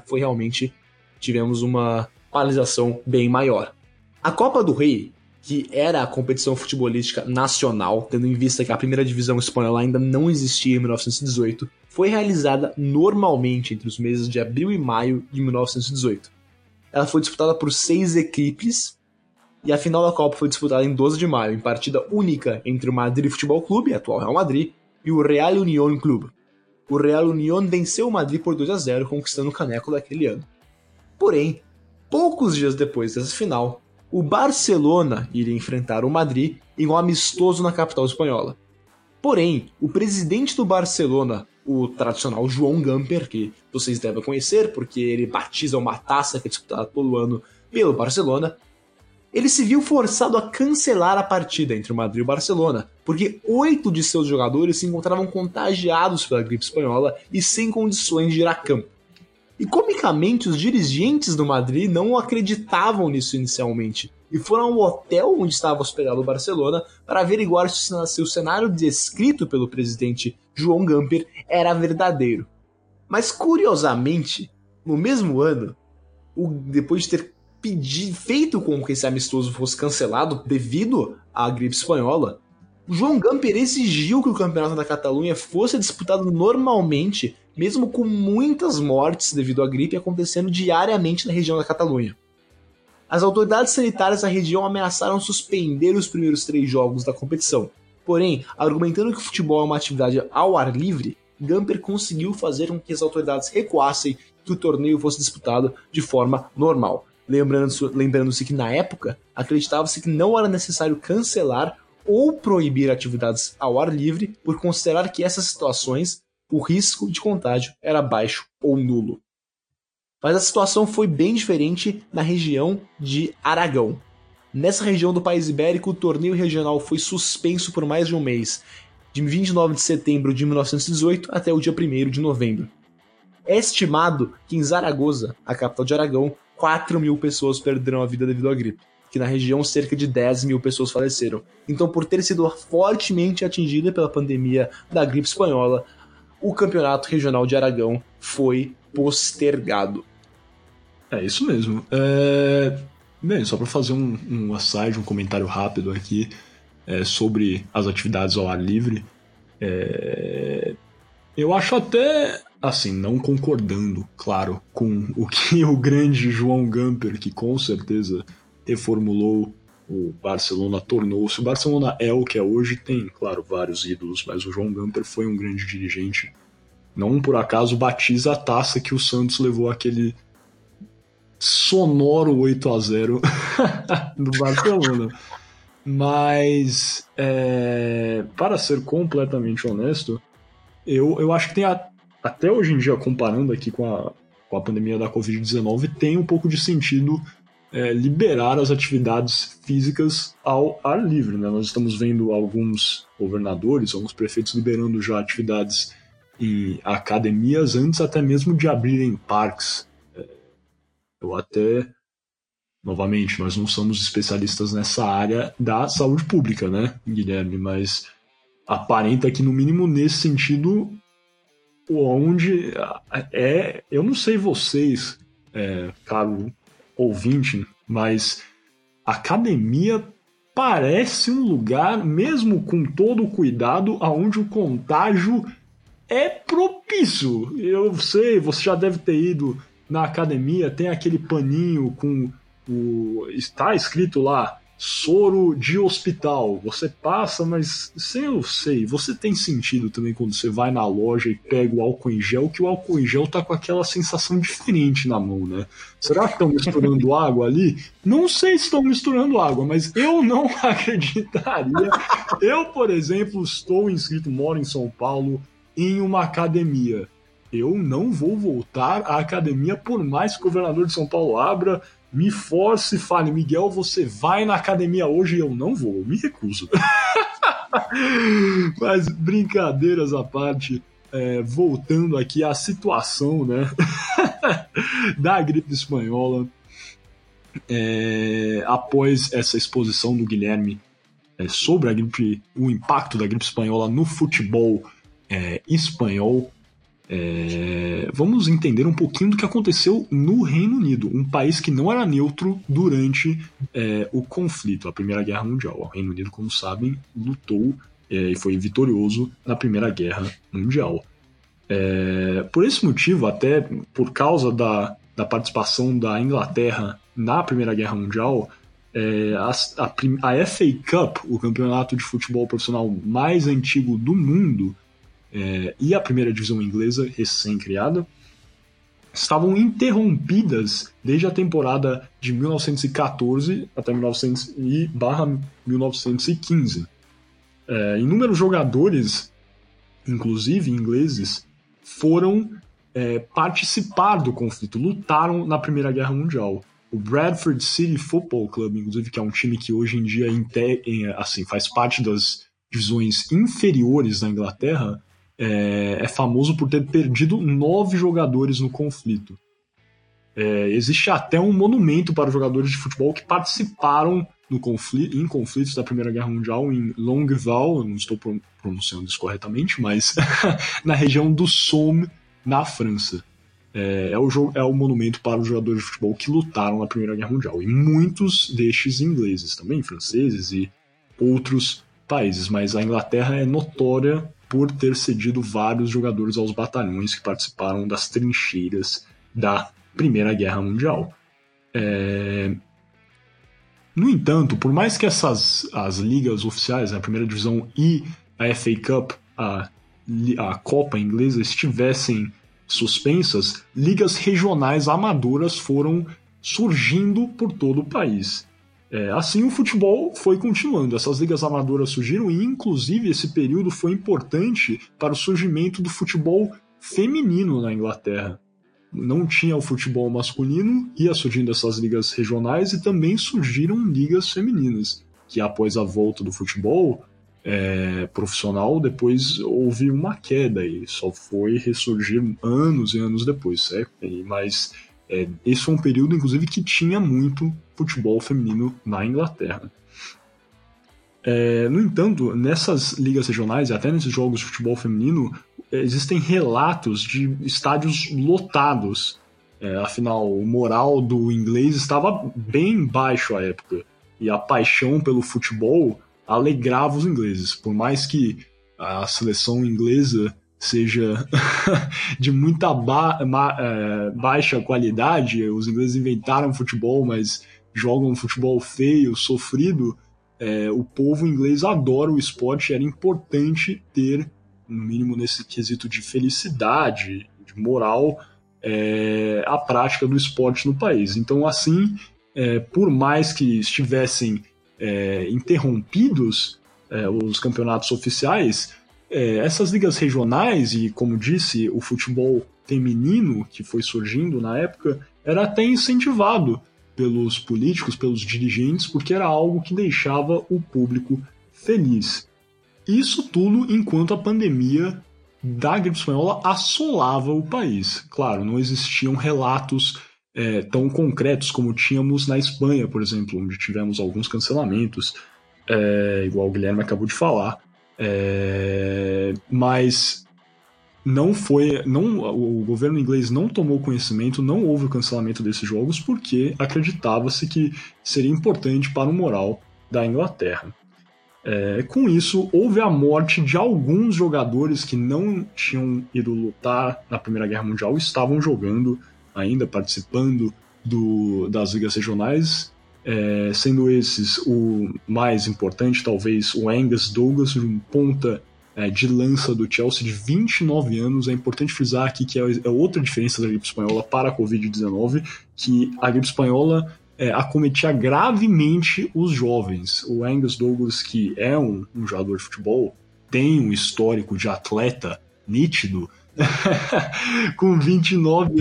Speaker 2: tivemos uma paralisação bem maior. A Copa do Rei, que era a competição futebolística nacional, tendo em vista que a primeira divisão espanhola ainda não existia em 1918, foi realizada normalmente entre os meses de abril e maio de 1918. Ela foi disputada por 6 equipes e a final da Copa foi disputada em 12 de maio, em partida única entre o Madrid Futebol Clube, atual Real Madrid, e o Real Unión Clube. O Real Unión venceu o Madrid por 2-0, conquistando o caneco daquele ano. Porém, poucos dias depois dessa final, o Barcelona iria enfrentar o Madrid em um amistoso na capital espanhola. Porém, o presidente do Barcelona, o tradicional João Gamper, que vocês devem conhecer porque ele batiza uma taça que é disputada todo ano pelo Barcelona, ele se viu forçado a cancelar a partida entre o Madrid e o Barcelona, porque 8 de seus jogadores se encontravam contagiados pela gripe espanhola e sem condições de ir a campo. E comicamente, os dirigentes do Madrid não acreditavam nisso inicialmente, e foram ao hotel onde estava hospedado o Barcelona para averiguar se o cenário descrito pelo presidente João Gamper era verdadeiro. Mas curiosamente, no mesmo ano, depois de ter feito com que esse amistoso fosse cancelado devido à gripe espanhola, o João Gamper exigiu que o campeonato da Catalunha fosse disputado normalmente, mesmo com muitas mortes devido à gripe acontecendo diariamente na região da Catalunha. As autoridades sanitárias da região ameaçaram suspender os primeiros 3 jogos da competição. Porém, argumentando que o futebol é uma atividade ao ar livre, Gamper conseguiu fazer com que as autoridades recuassem e que o torneio fosse disputado de forma normal. Lembrando-se que na época acreditava-se que não era necessário cancelar ou proibir atividades ao ar livre por considerar que essas situações o risco de contágio era baixo ou nulo. Mas a situação foi bem diferente na região de Aragão. Nessa região do país ibérico, o torneio regional foi suspenso por mais de um mês, de 29 de setembro de 1918 até o dia 1º de novembro. É estimado que em Zaragoza, a capital de Aragão, 4.000 pessoas perderam a vida devido à gripe, que na região cerca de 10.000 pessoas faleceram. Então, por ter sido fortemente atingida pela pandemia da gripe espanhola, o campeonato regional de Aragão foi postergado.
Speaker 1: É isso mesmo. Bem, só para fazer um aside, um comentário rápido aqui sobre as atividades ao ar livre, eu acho até, assim, não concordando, claro, com o que o grande João Gamper, que com certeza reformulou o Barcelona, tornou-se. O Barcelona é o que é hoje, tem, claro, vários ídolos, mas o João Gamper foi um grande dirigente. Não por acaso batiza a taça que o Santos levou aquele sonoro 8-0 do Barcelona. Mas, para ser completamente honesto, eu acho que tem, até hoje em dia, comparando aqui com a pandemia da Covid-19, tem um pouco de sentido liberar as atividades físicas ao ar livre, né? Nós estamos vendo alguns governadores, alguns prefeitos liberando já atividades em academias antes até mesmo de abrirem parques. Novamente, nós não somos especialistas nessa área da saúde pública, né, Guilherme? Mas aparenta que, no mínimo, nesse sentido, onde eu não sei vocês, caro ouvinte, mas academia parece um lugar, mesmo com todo o cuidado, onde o contágio é propício. Eu sei, você já deve ter ido na academia, tem aquele paninho com está escrito lá, soro de hospital. Você passa, mas eu sei, você tem sentido também quando você vai na loja e pega o álcool em gel, que o álcool em gel tá com aquela sensação diferente na mão, né? Será que estão misturando água ali? Não sei se estão misturando água, mas eu não acreditaria. Eu, por exemplo, estou inscrito, moro em São Paulo, em uma academia. Eu não vou voltar à academia por mais que o governador de São Paulo abra, me force e fale, Miguel, você vai na academia hoje? E eu não vou, eu me recuso. Mas brincadeiras à parte, voltando aqui à situação, né, da gripe espanhola, após essa exposição do Guilherme sobre a gripe, o impacto da gripe espanhola no futebol espanhol, vamos entender um pouquinho do que aconteceu no Reino Unido, um país que não era neutro durante o conflito, a Primeira Guerra Mundial. O Reino Unido, como sabem, lutou e foi vitorioso na Primeira Guerra Mundial. Por esse motivo, até por causa da participação da Inglaterra na Primeira Guerra Mundial, a FA Cup, o campeonato de futebol profissional mais antigo do mundo, e a primeira divisão inglesa, recém-criada, estavam interrompidas desde a temporada de 1914 até 1915. Inúmeros jogadores, inclusive ingleses, foram participar do conflito, lutaram na Primeira Guerra Mundial. O Bradford City Football Club, inclusive, que é um time que hoje em dia faz parte das divisões inferiores da Inglaterra, é famoso por ter perdido 9 jogadores no conflito. Existe até um monumento para os jogadores de futebol que participaram em conflitos da Primeira Guerra Mundial em Longueval, eu não estou pronunciando isso corretamente, mas na região do Somme, na França. É o monumento para os jogadores de futebol que lutaram na Primeira Guerra Mundial. E muitos destes ingleses, também franceses e outros países. Mas a Inglaterra é notória por ter cedido vários jogadores aos batalhões que participaram das trincheiras da Primeira Guerra Mundial. No entanto, por mais que as ligas oficiais, a Primeira Divisão e a FA Cup, a Copa Inglesa, estivessem suspensas, ligas regionais amadoras foram surgindo por todo o país. Assim, o futebol foi continuando. Essas ligas amadoras surgiram e, inclusive, esse período foi importante para o surgimento do futebol feminino na Inglaterra. Não tinha o futebol masculino, ia surgindo essas ligas regionais e também surgiram ligas femininas, que após a volta do futebol profissional, depois houve uma queda e só foi ressurgir anos e anos depois, certo? Mas esse foi um período, inclusive, que tinha muito futebol feminino na Inglaterra. No entanto, nessas ligas regionais e até nesses jogos de futebol feminino, existem relatos de estádios lotados. Afinal, o moral do inglês estava bem baixo à época. E a paixão pelo futebol alegrava os ingleses. Por mais que a seleção inglesa seja de muita baixa qualidade, os ingleses inventaram futebol, mas jogam um futebol feio, sofrido, o povo inglês adora o esporte. Era importante ter, no mínimo nesse quesito de felicidade, de moral, a prática do esporte no país. Então, assim, por mais que estivessem interrompidos os campeonatos oficiais, essas ligas regionais e, como disse, o futebol feminino que foi surgindo na época era até incentivado pelos políticos, pelos dirigentes, porque era algo que deixava o público feliz. Isso tudo enquanto a pandemia da gripe espanhola assolava o país. Claro, não existiam relatos tão concretos como tínhamos na Espanha, por exemplo, onde tivemos alguns cancelamentos, igual o Guilherme acabou de falar. Mas o governo inglês não tomou conhecimento, não houve o cancelamento desses jogos porque acreditava-se que seria importante para o moral da Inglaterra. Com isso, houve a morte de alguns jogadores que não tinham ido lutar na Primeira Guerra Mundial, estavam jogando ainda, participando das ligas regionais, sendo esses o mais importante, talvez, o Angus Douglas, um ponta de lança do Chelsea de 29 anos. É importante frisar aqui que é outra diferença da gripe espanhola para a Covid-19, que a gripe espanhola acometia gravemente os jovens. O Angus Douglas, que é um jogador de futebol, tem um histórico de atleta nítido, com 29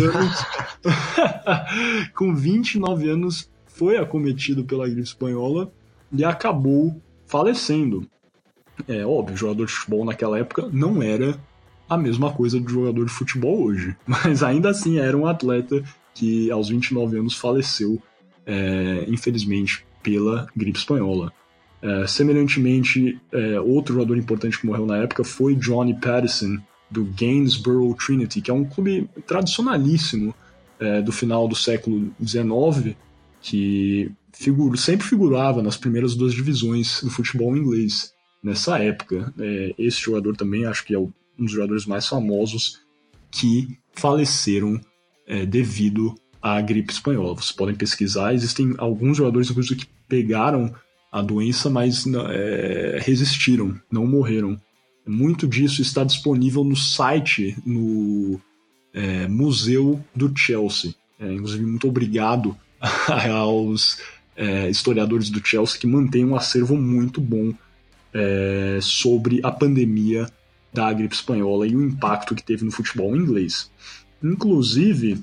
Speaker 1: anos foi acometido pela gripe espanhola e acabou falecendo. Óbvio, o jogador de futebol naquela época não era a mesma coisa do jogador de futebol hoje, mas ainda assim era um atleta que aos 29 anos faleceu, infelizmente, pela gripe espanhola. Semelhantemente, outro jogador importante que morreu na época foi Johnny Paterson, do Gainsborough Trinity, que é um clube tradicionalíssimo do final do século XIX, que sempre figurava nas primeiras duas divisões do futebol inglês nessa época. Esse jogador também acho que é um dos jogadores mais famosos que faleceram devido à gripe espanhola. Vocês podem pesquisar, existem alguns jogadores inclusive que pegaram a doença, mas resistiram, não morreram. Muito disso está disponível no site, no Museu do Chelsea. Inclusive, muito obrigado aos historiadores do Chelsea que mantêm um acervo muito bom sobre a pandemia da gripe espanhola e o impacto que teve no futebol inglês. Inclusive,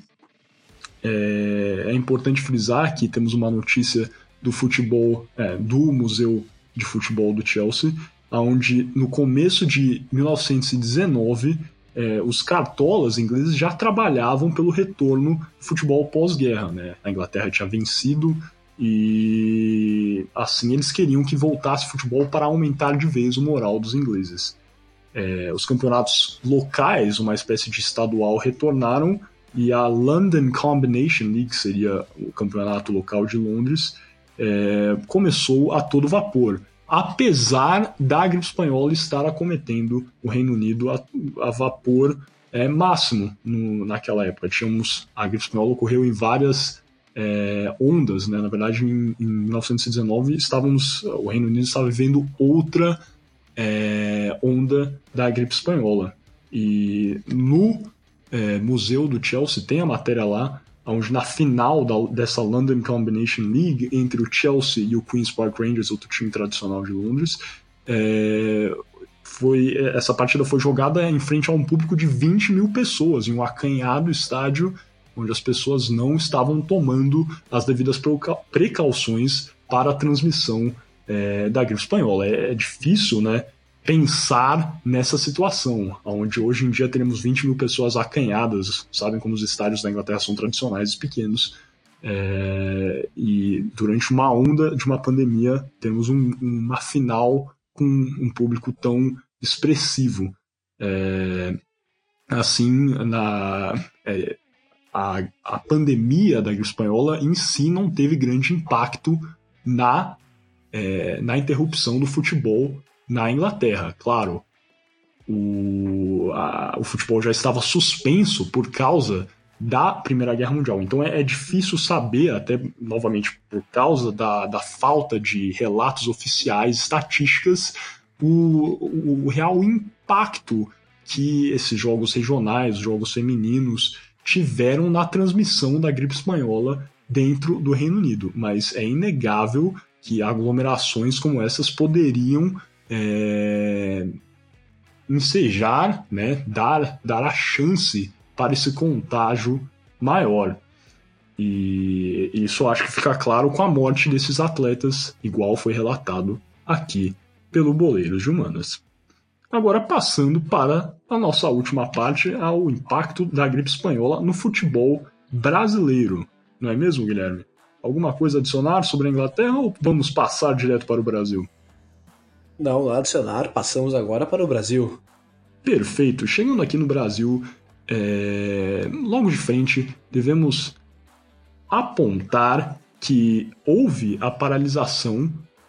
Speaker 1: é importante frisar que temos uma notícia do futebol, do Museu de Futebol do Chelsea, onde no começo de 1919 os cartolas ingleses já trabalhavam pelo retorno do futebol pós-guerra, né? A Inglaterra tinha vencido e assim eles queriam que voltasse o futebol para aumentar de vez o moral dos ingleses. Os campeonatos locais, uma espécie de estadual, retornaram e a London Combination League, que seria o campeonato local de Londres, começou a todo vapor, apesar da gripe espanhola estar acometendo o Reino Unido a vapor máximo naquela época. A gripe espanhola ocorreu em várias ondas, né? Na verdade, em 1919 o Reino Unido estava vivendo outra onda da gripe espanhola. E no Museu do Chelsea tem a matéria lá onde na final dessa London Combination League, entre o Chelsea e o Queen's Park Rangers, outro time tradicional de Londres, essa partida foi jogada em frente a um público de 20 mil pessoas, em um acanhado estádio, onde as pessoas não estavam tomando as devidas precauções para a transmissão da gripe espanhola. É difícil, né, pensar nessa situação, onde hoje em dia teremos 20 mil pessoas acanhadas. Sabem como os estádios da Inglaterra são tradicionais e pequenos, e durante uma onda de uma pandemia temos uma final com um público tão expressivo. Assim, a pandemia da gripe espanhola em si não teve grande impacto na interrupção do futebol na Inglaterra. Claro, o futebol já estava suspenso por causa da Primeira Guerra Mundial. Então é difícil saber, até novamente por causa da falta de relatos oficiais, estatísticas, o real impacto que esses jogos regionais, os jogos femininos, tiveram na transmissão da gripe espanhola dentro do Reino Unido. Mas é inegável que aglomerações como essas poderiam ensejar, né, dar a chance para esse contágio maior. E isso acho que fica claro com a morte desses atletas, igual foi relatado aqui pelo Boleiros de Humanas. Agora, passando para a nossa última parte, ao impacto da gripe espanhola no futebol brasileiro. Não é mesmo, Guilherme? Alguma coisa a adicionar sobre a Inglaterra ou vamos passar direto para o Brasil?
Speaker 2: Não, não adicionar, passamos agora para o Brasil.
Speaker 1: Perfeito. Chegando aqui no Brasil, logo de frente, devemos apontar que houve a paralisação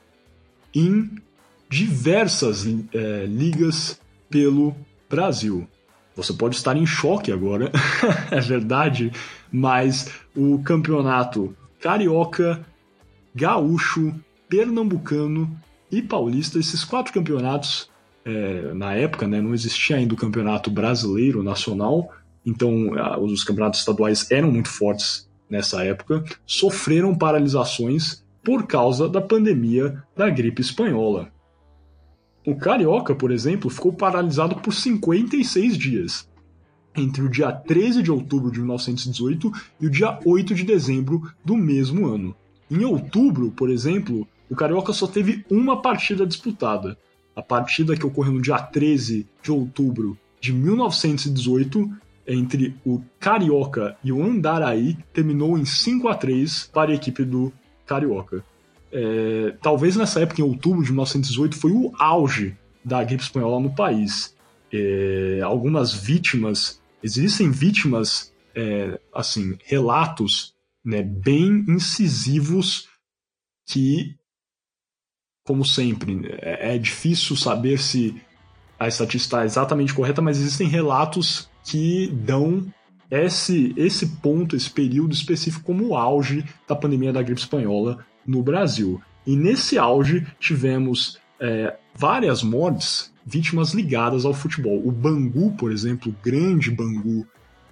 Speaker 1: em diversas ligas pelo Brasil. Você pode estar em choque agora, é verdade, mas o campeonato carioca, gaúcho, pernambucano e paulista, esses 4 campeonatos, na época, né, não existia ainda o campeonato brasileiro nacional, então os campeonatos estaduais eram muito fortes nessa época, sofreram paralisações por causa da pandemia da gripe espanhola. O Carioca, por exemplo, ficou paralisado por 56 dias, entre o dia 13 de outubro de 1918 e o dia 8 de dezembro do mesmo ano. Em outubro, por exemplo, o Carioca só teve uma partida disputada. A partida que ocorreu no dia 13 de outubro de 1918, entre o Carioca e o Andaraí, terminou em 5-3 para a equipe do Carioca. Talvez nessa época, em outubro de 1918, foi o auge da gripe espanhola no país. Algumas vítimas, existem vítimas, assim, relatos, né, bem incisivos que, como sempre, é difícil saber se a estatística está exatamente correta, mas existem relatos que dão esse ponto, esse período específico como o auge da pandemia da gripe espanhola no Brasil. E nesse auge tivemos várias mortes, vítimas ligadas ao futebol. O Bangu, por exemplo, grande Bangu,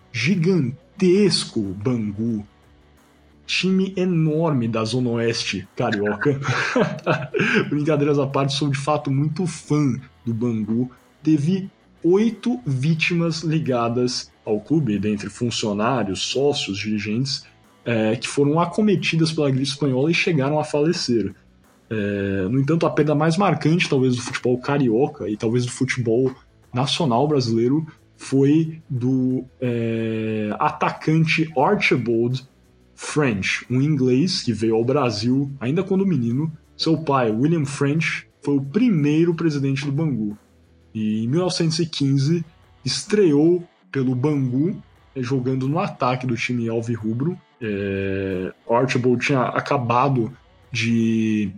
Speaker 1: gigantesco Bangu, time enorme da Zona Oeste carioca. Brincadeiras à parte, sou de fato muito fã do Bangu. Teve 8 vítimas ligadas ao clube, dentre funcionários, sócios, dirigentes, que foram acometidas pela gripe espanhola e chegaram a falecer. No entanto, a perda mais marcante, talvez, do futebol carioca e talvez do futebol nacional brasileiro foi do atacante Archibald French, um inglês que veio ao Brasil ainda quando menino. Seu pai, William French, foi o primeiro presidente do Bangu. E em 1915 estreou pelo Bangu, jogando no ataque do time alvirrubro. Archibald tinha acabado de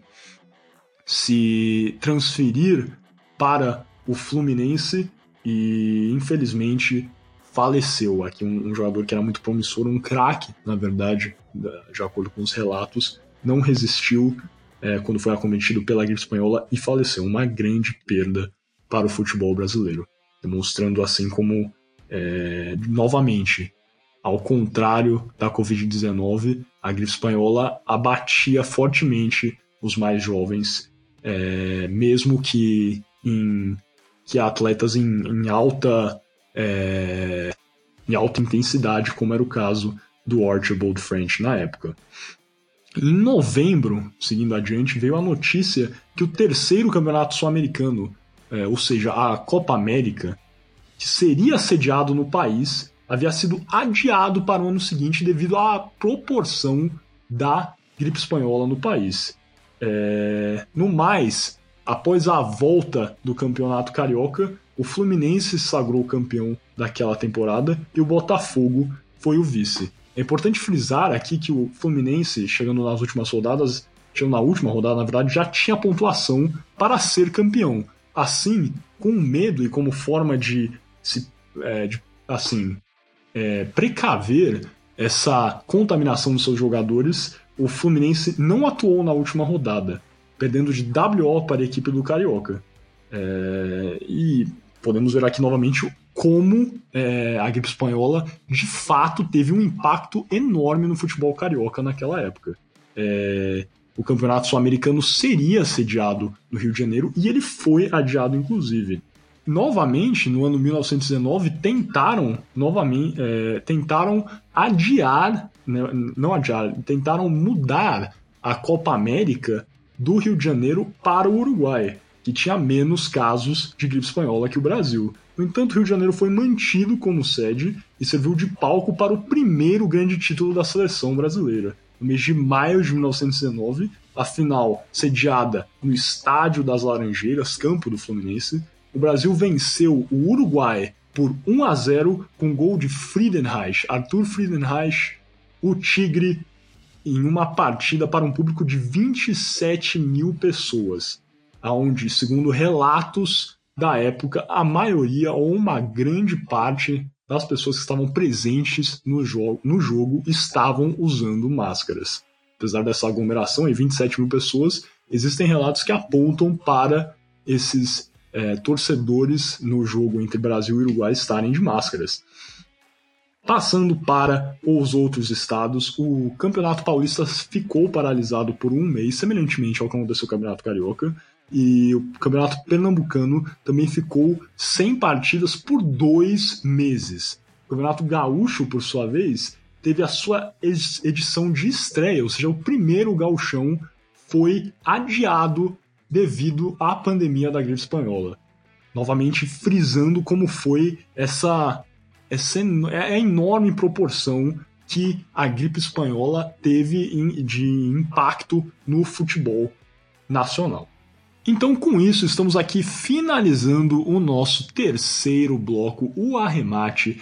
Speaker 1: se transferir para o Fluminense e, infelizmente, faleceu. Aqui um jogador que era muito promissor, um craque, na verdade, de acordo com os relatos, não resistiu quando foi acometido pela gripe espanhola e faleceu. Uma grande perda para o futebol brasileiro, demonstrando assim como, novamente, Ao contrário da Covid-19, a gripe espanhola abatia fortemente os mais jovens, mesmo que atletas em alta intensidade, como era o caso do Archibald French na época. Em novembro, seguindo adiante, veio a notícia que o terceiro campeonato sul-americano, ou seja, a Copa América, que seria sediado no país, havia sido adiado para o ano seguinte devido à proporção da gripe espanhola no país. No mais, após a volta do campeonato carioca, o Fluminense se sagrou campeão daquela temporada e o Botafogo foi o vice. É importante frisar aqui que o Fluminense, chegando na última rodada, na verdade, já tinha pontuação para ser campeão. Assim, com medo e como forma de precaver essa contaminação dos seus jogadores, o Fluminense não atuou na última rodada, perdendo de WO para a equipe do Carioca. E podemos ver aqui novamente como a gripe espanhola de fato teve um impacto enorme no futebol carioca naquela época. O campeonato sul-americano seria sediado no Rio de Janeiro e ele foi adiado, inclusive. Novamente, no ano 1919, tentaram tentaram mudar a Copa América do Rio de Janeiro para o Uruguai, que tinha menos casos de gripe espanhola que o Brasil. No entanto, o Rio de Janeiro foi mantido como sede e serviu de palco para o primeiro grande título da seleção brasileira. No mês de maio de 1919, a final sediada no Estádio das Laranjeiras, campo do Fluminense, o Brasil venceu o Uruguai por 1-0 com gol de Friedenreich, Arthur Friedenreich, o Tigre, em uma partida para um público de 27 mil pessoas, onde, segundo relatos da época, a maioria ou uma grande parte das pessoas que estavam presentes no jogo estavam usando máscaras. Apesar dessa aglomeração em 27 mil pessoas, existem relatos que apontam para esses torcedores no jogo entre Brasil e Uruguai estarem de máscaras. Passando para os outros estados, o Campeonato Paulista ficou paralisado por um mês, semelhantemente ao que aconteceu no Campeonato Carioca, e o Campeonato Pernambucano também ficou sem partidas por 2 meses. O Campeonato Gaúcho, por sua vez, teve a sua edição de estreia, ou seja, o primeiro gauchão foi adiado devido à pandemia da gripe espanhola. Novamente frisando como foi essa enorme proporção que a gripe espanhola teve de impacto no futebol nacional. Então, com isso, estamos aqui finalizando o nosso terceiro bloco, o arremate.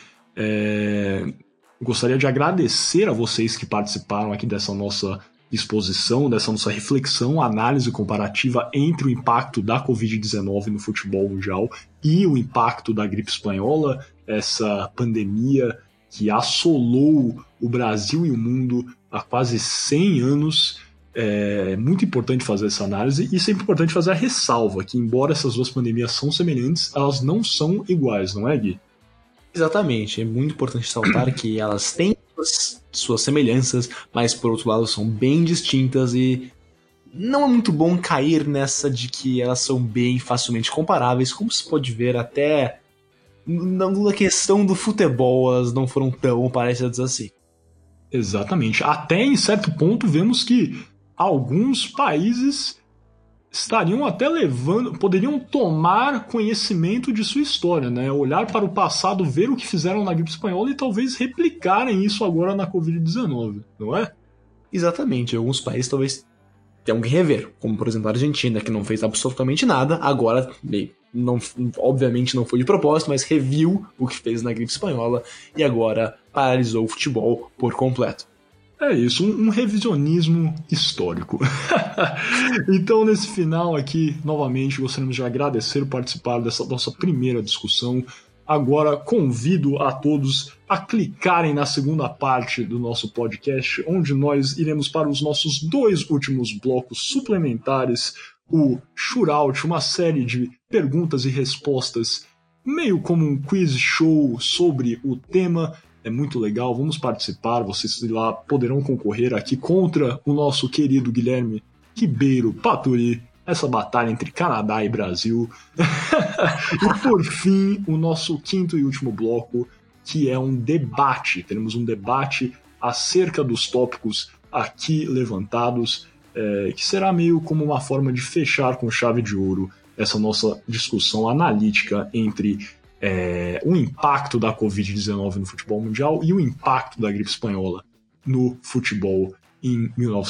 Speaker 1: Gostaria de agradecer a vocês que participaram aqui dessa nossa exposição, dessa nossa reflexão, análise comparativa entre o impacto da Covid-19 no futebol mundial e o impacto da gripe espanhola, essa pandemia que assolou o Brasil e o mundo há quase 100 anos. É muito importante fazer essa análise e sempre importante fazer a ressalva que, embora essas duas pandemias são semelhantes, elas não são iguais, não é, Gui?
Speaker 2: Exatamente, é muito importante ressaltar que elas têm suas semelhanças, mas por outro lado são bem distintas e não é muito bom cair nessa de que elas são bem facilmente comparáveis, como se pode ver até na questão do futebol, elas não foram tão parecidas assim.
Speaker 1: Exatamente, até em certo ponto vemos que alguns países estariam até poderiam tomar conhecimento de sua história, né? Olhar para o passado, ver o que fizeram na gripe espanhola e talvez replicarem isso agora na Covid-19, não é?
Speaker 2: Exatamente, alguns países talvez tenham que rever, como por exemplo a Argentina, que não fez absolutamente nada, agora, obviamente não foi de propósito, mas reviu o que fez na gripe espanhola e agora paralisou o futebol por completo.
Speaker 1: É isso, um revisionismo histórico. Então, nesse final aqui, novamente, gostaríamos de agradecer por participar dessa nossa primeira discussão. Agora, convido a todos a clicarem na segunda parte do nosso podcast, onde nós iremos para os nossos 2 últimos blocos suplementares, o Shootout, uma série de perguntas e respostas, meio como um quiz show sobre o tema, é muito legal, vamos participar, vocês lá poderão concorrer aqui contra o nosso querido Guilherme Ribeiro Paturi, essa batalha entre Canadá e Brasil. E por fim, o nosso quinto e último bloco, que é um debate. Teremos um debate acerca dos tópicos aqui levantados, que será meio como uma forma de fechar com chave de ouro essa nossa discussão analítica entre o impacto da Covid-19 no futebol mundial e o impacto da gripe espanhola no futebol em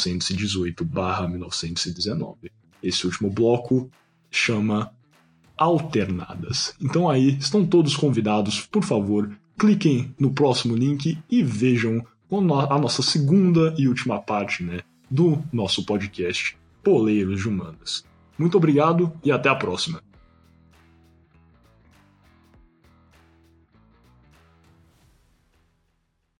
Speaker 1: 1918/1919. Esse último bloco chama Alternadas. Então aí, estão todos convidados, por favor, cliquem no próximo link e vejam a nossa segunda e última parte, né, do nosso podcast Poleiros de Humanas. Muito obrigado e até a próxima.